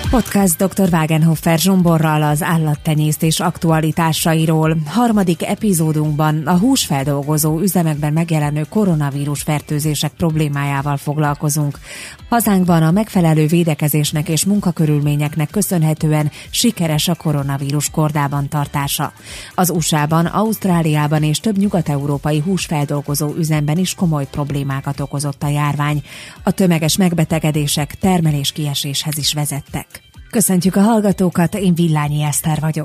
Podcast dr. Wagenhofer Zsomborral az állattenyésztés aktualitásairól. Harmadik epizódunkban a húsfeldolgozó üzemekben megjelenő koronavírus fertőzések problémájával foglalkozunk. Hazánkban a megfelelő védekezésnek és munkakörülményeknek köszönhetően sikeres a koronavírus kordában tartása. Az USA-ban, Ausztráliában és több nyugat-európai húsfeldolgozó üzemben is komoly problémákat okozott a járvány. A tömeges megbetegedések termeléskieséshez is vezettek. Köszöntjük a hallgatókat, én Villányi Eszter vagyok.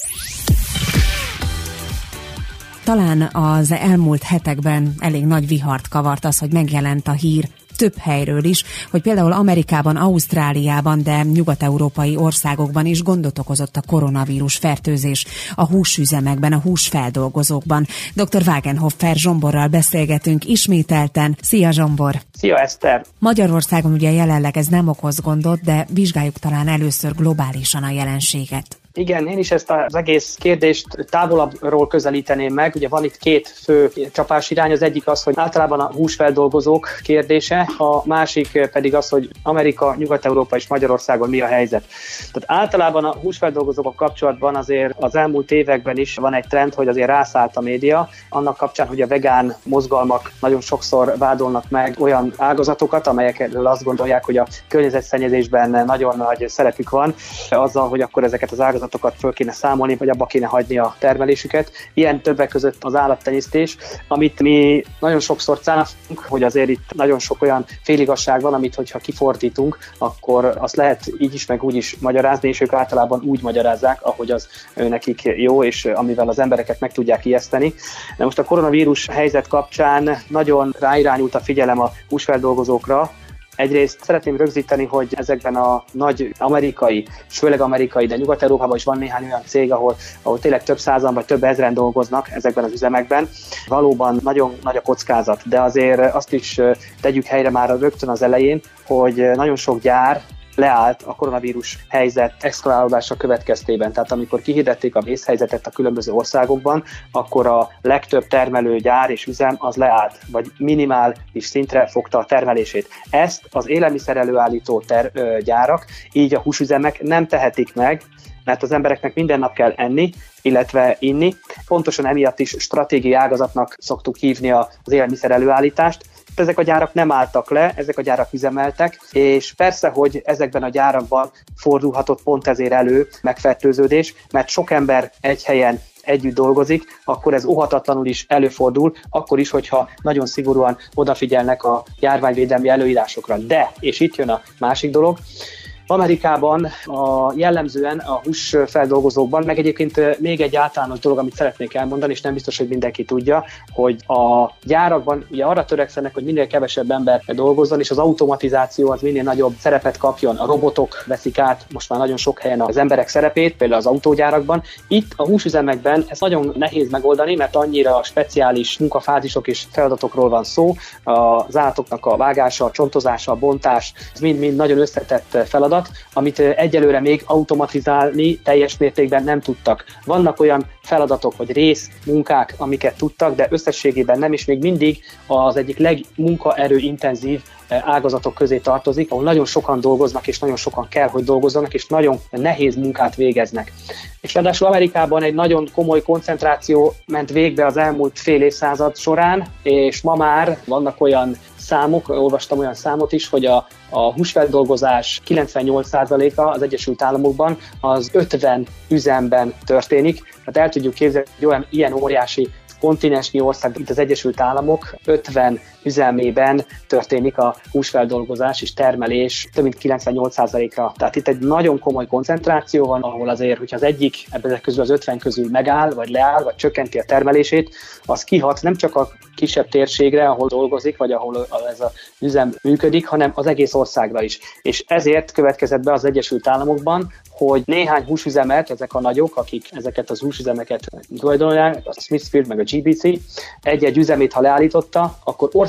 Talán az elmúlt hetekben elég nagy vihart kavart az, hogy megjelent a hír több helyről is, hogy például Amerikában, Ausztráliában, de nyugat-európai országokban is gondot okozott a koronavírus fertőzés a húsüzemekben, a húsfeldolgozókban. Dr. Wagenhofer Zsomborral beszélgetünk ismételten. Szia Zsombor! Szia Eszter! Magyarországon ugye jelenleg ez nem okoz gondot, de vizsgáljuk talán először globálisan a jelenséget. Igen, én is ezt az egész kérdést távolabbról közelíteném meg. Ugye van itt két fő csapásirány, az egyik az, hogy általában a húsfeldolgozók kérdése, a másik pedig az, hogy Amerika, Nyugat-Európa és Magyarországon mi a helyzet. Tehát általában a húsfeldolgozókkal kapcsolatban azért az elmúlt években is van egy trend, hogy azért rászállt a média, annak kapcsán, hogy a vegán mozgalmak nagyon sokszor vádolnak meg olyan ágazatokat, amelyekről azt gondolják, hogy a környezetszennyezésben nagyon nagy szerepük van, azzal, hogy akkor ezeket az ágazatokat föl kéne számolni, vagy abba kéne hagyni a termelésüket. Ilyen többek között az állattenyésztés, amit mi nagyon sokszor cáfolunk, hogy azért itt nagyon sok olyan féligasság van, amit hogyha kifordítunk, akkor azt lehet így is, meg úgy is magyarázni, és ők általában úgy magyarázzák, ahogy az nekik jó, és amivel az embereket meg tudják ijeszteni. De most a koronavírus helyzet kapcsán nagyon ráirányult a figyelem a húsfeldolgozókra. Egyrészt szeretném rögzíteni, hogy ezekben a nagy amerikai, és főleg amerikai, de Nyugat-Európában is van néhány olyan cég, ahol tényleg több százan vagy több ezren dolgoznak ezekben az üzemekben. Valóban nagyon nagy a kockázat, de azért azt is tegyük helyre már rögtön az elején, hogy nagyon sok gyár leállt a koronavírus helyzet eszkalálódása következtében. Tehát amikor kihirdették a vészhelyzetet a különböző országokban, akkor a legtöbb termelőgyár és üzem az leállt, vagy minimális szintre fogta a termelését. Ezt az élelmiszer előállító gyárak, így a húsüzemek nem tehetik meg, mert az embereknek minden nap kell enni, illetve inni. Pontosan emiatt is stratégiai ágazatnak szoktuk hívni az élelmiszer előállítást. Ezek a gyárak nem álltak le, ezek a gyárak üzemeltek, és persze, hogy ezekben a gyárakban fordulhatott pont ezért elő megfertőződés, mert sok ember egy helyen együtt dolgozik, akkor ez óhatatlanul is előfordul, akkor is, hogyha nagyon szigorúan odafigyelnek a járványvédelmi előírásokra. De, és itt jön a másik dolog, Amerikában jellemzően a húsfeldolgozókban, meg egyébként még egy általános dolog, amit szeretnék elmondani, és nem biztos, hogy mindenki tudja, hogy a gyárakban ugye arra törekszenek, hogy minél kevesebb ember dolgozzon, és az automatizáció az minél nagyobb szerepet kapjon. A robotok veszik át most már nagyon sok helyen az emberek szerepét, például az autógyárakban. Itt a húsüzemekben ez nagyon nehéz megoldani, mert annyira speciális munkafázisok és feladatokról van szó. Az állatoknak a vágása, a csontozása, a bontás, ez mind nagyon összetett feladat, amit egyelőre még automatizálni teljes mértékben nem tudtak. Vannak olyan feladatok, vagy részmunkák, amiket tudtak, de összességében nem, és még mindig az egyik legmunkaerőintenzív ágazatok közé tartozik, ahol nagyon sokan dolgoznak, és nagyon sokan kell, hogy dolgozzanak, és nagyon nehéz munkát végeznek. És ráadásul Amerikában egy nagyon komoly koncentráció ment végbe az elmúlt fél évszázad során, és ma már vannak olyan számok, olvastam olyan számot is, hogy a húsfeldolgozás 98%-a az Egyesült Államokban az 50 üzemben történik. Hát el tudjuk képzelni, hogy ilyen óriási kontinensnyi ország, mint az Egyesült Államok, 50 üzemében történik a húsfeldolgozás és termelés több mint 98%-ra. Tehát itt egy nagyon komoly koncentráció van, ahol azért, hogyha az egyik ebből közül az 50 közül megáll, vagy leáll, vagy csökkenti a termelését, az kihat nem csak a kisebb térségre, ahol dolgozik, vagy ahol ez az üzem működik, hanem az egész országra is. És ezért következett be az Egyesült Államokban, hogy néhány húsüzemet, ezek a nagyok, akik ezeket az húsüzemeket tulajdonolják, a Smithfield meg a GBC, egy-egy üzemét, ha leállította, akkor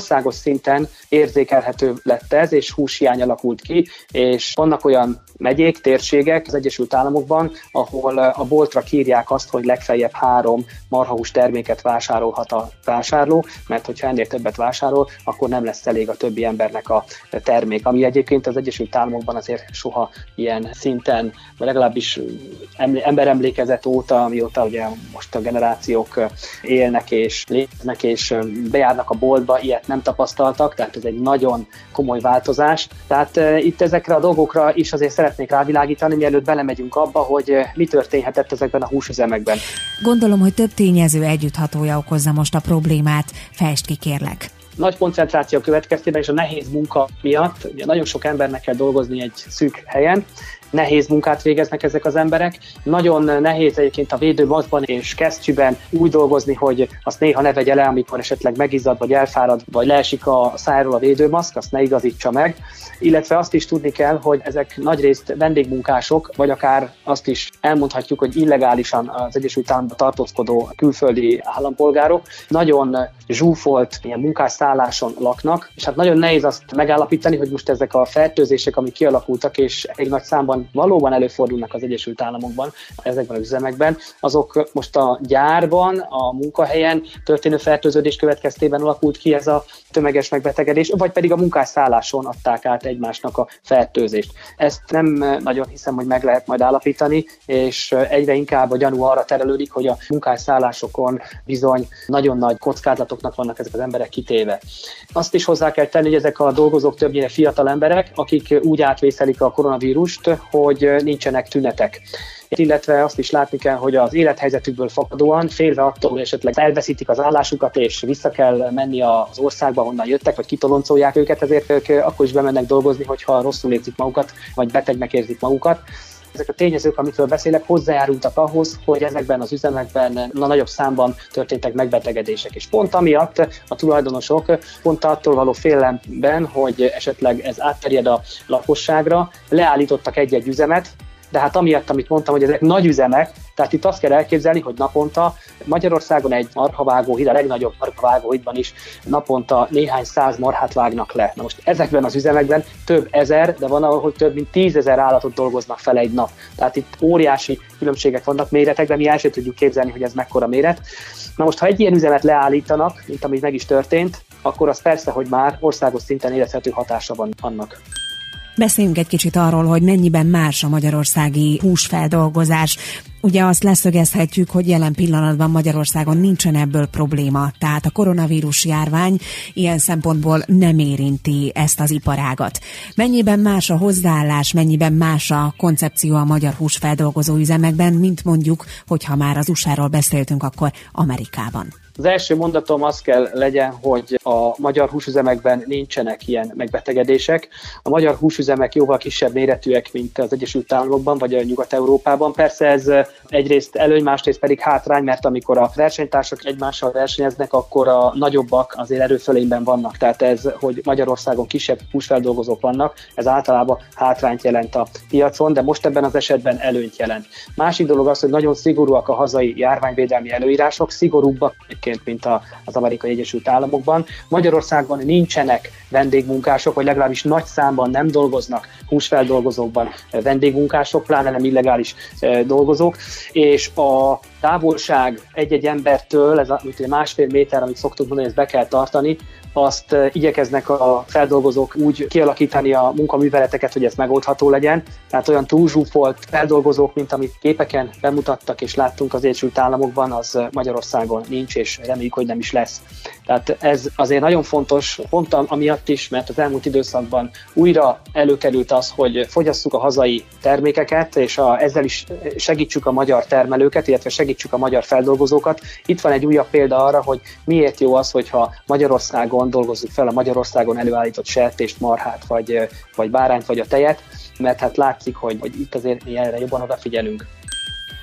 országos szinten érzékelhető lett ez, és húshiány alakult ki, és vannak olyan megyék, térségek az Egyesült Államokban, ahol a boltra kírják azt, hogy legfeljebb 3 marhahús terméket vásárolhat a vásárló, mert hogyha ennél többet vásárol, akkor nem lesz elég a többi embernek a termék, ami egyébként az Egyesült Államokban azért soha ilyen szinten, vagy legalábbis emberemlékezet óta, mióta ugye most a generációk élnek és léteznek és bejárnak a boltba, ilyet nem tapasztaltak, tehát ez egy nagyon komoly változás. Tehát itt ezekre a dolgokra is azért szeretnék rávilágítani, mielőtt belemegyünk abba, hogy mi történhetett ezekben a húsüzemekben. Gondolom, hogy több tényező együtthatója okozza most a problémát. Fejtsd ki, kérlek. Nagy koncentráció következtében és a nehéz munka miatt, ugye nagyon sok embernek kell dolgozni egy szűk helyen, nehéz munkát végeznek ezek az emberek. Nagyon nehéz egyébként a védőmaszkban és kesztyűben úgy dolgozni, hogy azt néha ne vegye le, amikor esetleg megizzad, vagy elfárad, vagy leesik a szájról a védőmaszk, azt ne igazítsa meg. Illetve azt is tudni kell, hogy ezek nagyrészt vendégmunkások, vagy akár azt is elmondhatjuk, hogy illegálisan az Egyesült Államokban tartózkodó külföldi állampolgárok nagyon zsúfolt ilyen munkásszálláson laknak, és hát nagyon nehéz azt megállapítani, hogy most ezek a fertőzések, amik kialakultak, és egy nagy számban valóban előfordulnak az Egyesült Államokban, ezekben az üzemekben, azok most a gyárban, a munkahelyen történő fertőződés következtében alakult ki ez a tömeges megbetegedés, vagy pedig a munkásszálláson adták át egymásnak a fertőzést. Ezt nem nagyon hiszem, hogy meg lehet majd állapítani, és egyre inkább a gyanú arra terelődik, hogy a munkásszállásokon bizony nagyon nagy kockázatoknak vannak ezek az emberek kitéve. Azt is hozzá kell tenni, hogy ezek a dolgozók többnyire fiatal emberek, akik úgy átvészelik a koronavírust, hogy nincsenek tünetek. Illetve azt is látni kell, hogy az élethelyzetükből fakadóan, félve attól, hogy esetleg elveszítik az állásukat, és vissza kell menni az országba, honnan jöttek, vagy kitoloncolják őket, ezért ők akkor is bemennek dolgozni, hogyha rosszul érzik magukat, vagy betegnek érzik magukat. Ezek a tényezők, amikről beszélek, hozzájárultak ahhoz, hogy ezekben az üzemekben nagyobb számban történtek megbetegedések. És pont amiatt a tulajdonosok pont attól való félelemben, hogy esetleg ez átterjed a lakosságra, leállítottak egy-egy üzemet, de hát amiatt, amit mondtam, hogy ezek nagy üzemek, tehát itt azt kell elképzelni, hogy naponta Magyarországon egy marhavágóhíd, a legnagyobb marhavágóhídban is naponta néhány száz marhát vágnak le. Na most ezekben az üzemekben több ezer, de van ahol több mint 10 000 állatot dolgoznak fel egy nap. Tehát itt óriási különbségek vannak méretekben, mi el sem tudjuk képzelni, hogy ez mekkora méret. Na most, ha egy ilyen üzemet leállítanak, mint ami meg is történt, akkor az persze, hogy már országos szinten érezhető hatása van annak. Beszéljünk egy kicsit arról, hogy mennyiben más a magyarországi húsfeldolgozás. Ugye azt leszögezhetjük, hogy jelen pillanatban Magyarországon nincsen ebből probléma, tehát a koronavírus járvány ilyen szempontból nem érinti ezt az iparágat. Mennyiben más a hozzáállás, mennyiben más a koncepció a magyar húsfeldolgozó üzemekben, mint mondjuk, hogyha már az USA-ról beszéltünk, akkor Amerikában? Az első mondatom az kell legyen, hogy a magyar húsüzemekben nincsenek ilyen megbetegedések. A magyar húsüzemek jóval kisebb méretűek, mint az Egyesült Államokban vagy a Nyugat-Európában. Persze ez egyrészt előny, másrészt pedig hátrány, mert amikor a versenytársak egymással versenyeznek, akkor a nagyobbak azért erőfölényben vannak. Tehát ez, hogy Magyarországon kisebb húsfeldolgozók vannak, ez általában hátrányt jelent a piacon, de most ebben az esetben előnyt jelent. Másik dolog az, hogy nagyon szigorúak a hazai járványvédelmi előírások, szigorúbbak, mint az Amerikai Egyesült Államokban. Magyarországon nincsenek vendégmunkások, vagy legalábbis nagy számban nem dolgoznak húsfeldolgozókban vendégmunkások, pláne nem illegális dolgozók, és a távolság egy-egy embertől, ez a 1,5 méter, amit szoktuk mondani, ezt be kell tartani, azt igyekeznek a feldolgozók úgy kialakítani a munkaműveleteket, hogy ez megoldható legyen. Tehát olyan túlzsúfolt feldolgozók, mint amit képeken bemutattak és láttunk az Egyesült Államokban, az Magyarországon nincs, és reméljük, hogy nem is lesz. Tehát ez azért nagyon fontos, pont amiatt is, mert az elmúlt időszakban újra előkerült az, hogy fogyasszuk a hazai termékeket, és ezzel is segítsük a magyar termelőket, illetve segítsük a magyar feldolgozókat. Itt van egy újabb példa arra, hogy miért jó az, hogyha Magyarországon dolgozzuk fel a Magyarországon előállított sertést, marhát, vagy bárányt, vagy a tejet, mert hát látszik, hogy itt azért mi erre jobban odafigyelünk.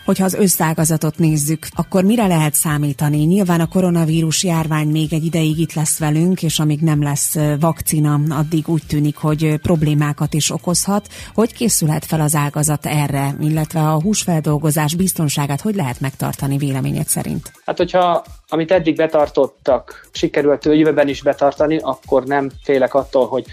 Hogyha az összágazatot nézzük, akkor mire lehet számítani? Nyilván a koronavírus járvány még egy ideig itt lesz velünk, és amíg nem lesz vakcina, addig úgy tűnik, hogy problémákat is okozhat. Hogy készülhet fel az ágazat erre, illetve a húsfeldolgozás biztonságát hogy lehet megtartani véleményed szerint? Hát, hogyha amit eddig betartottak, sikerült jövőben is betartani, akkor nem félek attól, hogy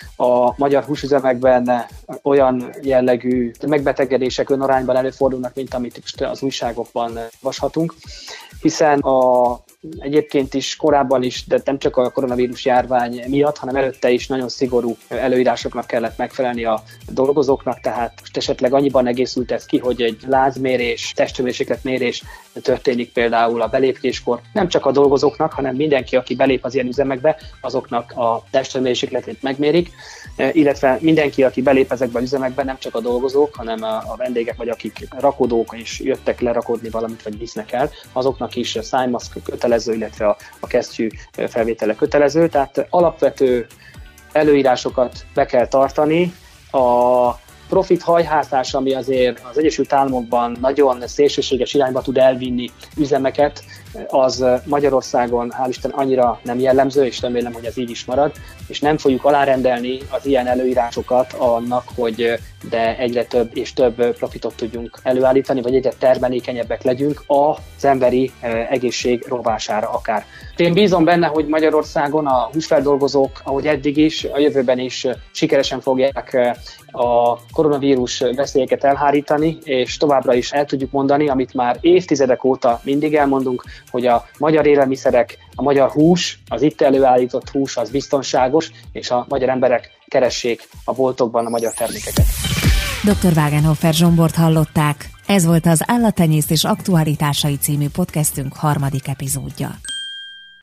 a magyar húsüzemekben olyan jellegű megbetegedések önarányban előfordulnak, mint amit az újságokban olvashatunk, hiszen egyébként is korábban is, de nem csak a koronavírus járvány miatt, hanem előtte is nagyon szigorú előírásoknak kellett megfelelni a dolgozóknak, tehát most esetleg annyiban egészült ez ki, hogy egy lázmérés, testhőmérsékletmérés történik például a belépéskor, nem csak a dolgozóknak, hanem mindenki, aki belép az ilyen üzemekbe, azoknak a testhőmérsékletét megmérik, illetve mindenki, aki belép ezekbe az üzemekbe, nem csak a dolgozók, hanem a vendégek, vagy akik rakodók és jöttek lerakodni valamit, vagy visznek el, azoknak is a szájmaszk kötelező, illetve a kesztyű felvétele kötelező, tehát alapvető előírásokat be kell tartani. A profit hajhászás, ami azért az Egyesült Államokban nagyon szélsőséges irányba tud elvinni üzemeket, az Magyarországon hál' Isten annyira nem jellemző, és remélem, hogy ez így is marad, és nem fogjuk alárendelni az ilyen előírásokat annak, hogy de egyre több és több profitot tudjunk előállítani, vagy egyre termelékenyebbek legyünk az emberi egészség rovására akár. Én bízom benne, hogy Magyarországon a húsfeldolgozók, ahogy eddig is, a jövőben is sikeresen fogják a koronavírus veszélyeket elhárítani, és továbbra is el tudjuk mondani, amit már évtizedek óta mindig elmondunk, hogy a magyar élelmiszerek, a magyar hús, az itt előállított hús az biztonságos, és a magyar emberek keressék a boltokban a magyar termékeket. Dr. Wagenhofer Zsombort hallották. Ez volt az Állattenyésztés aktualitásai című podcastünk 3. epizódja.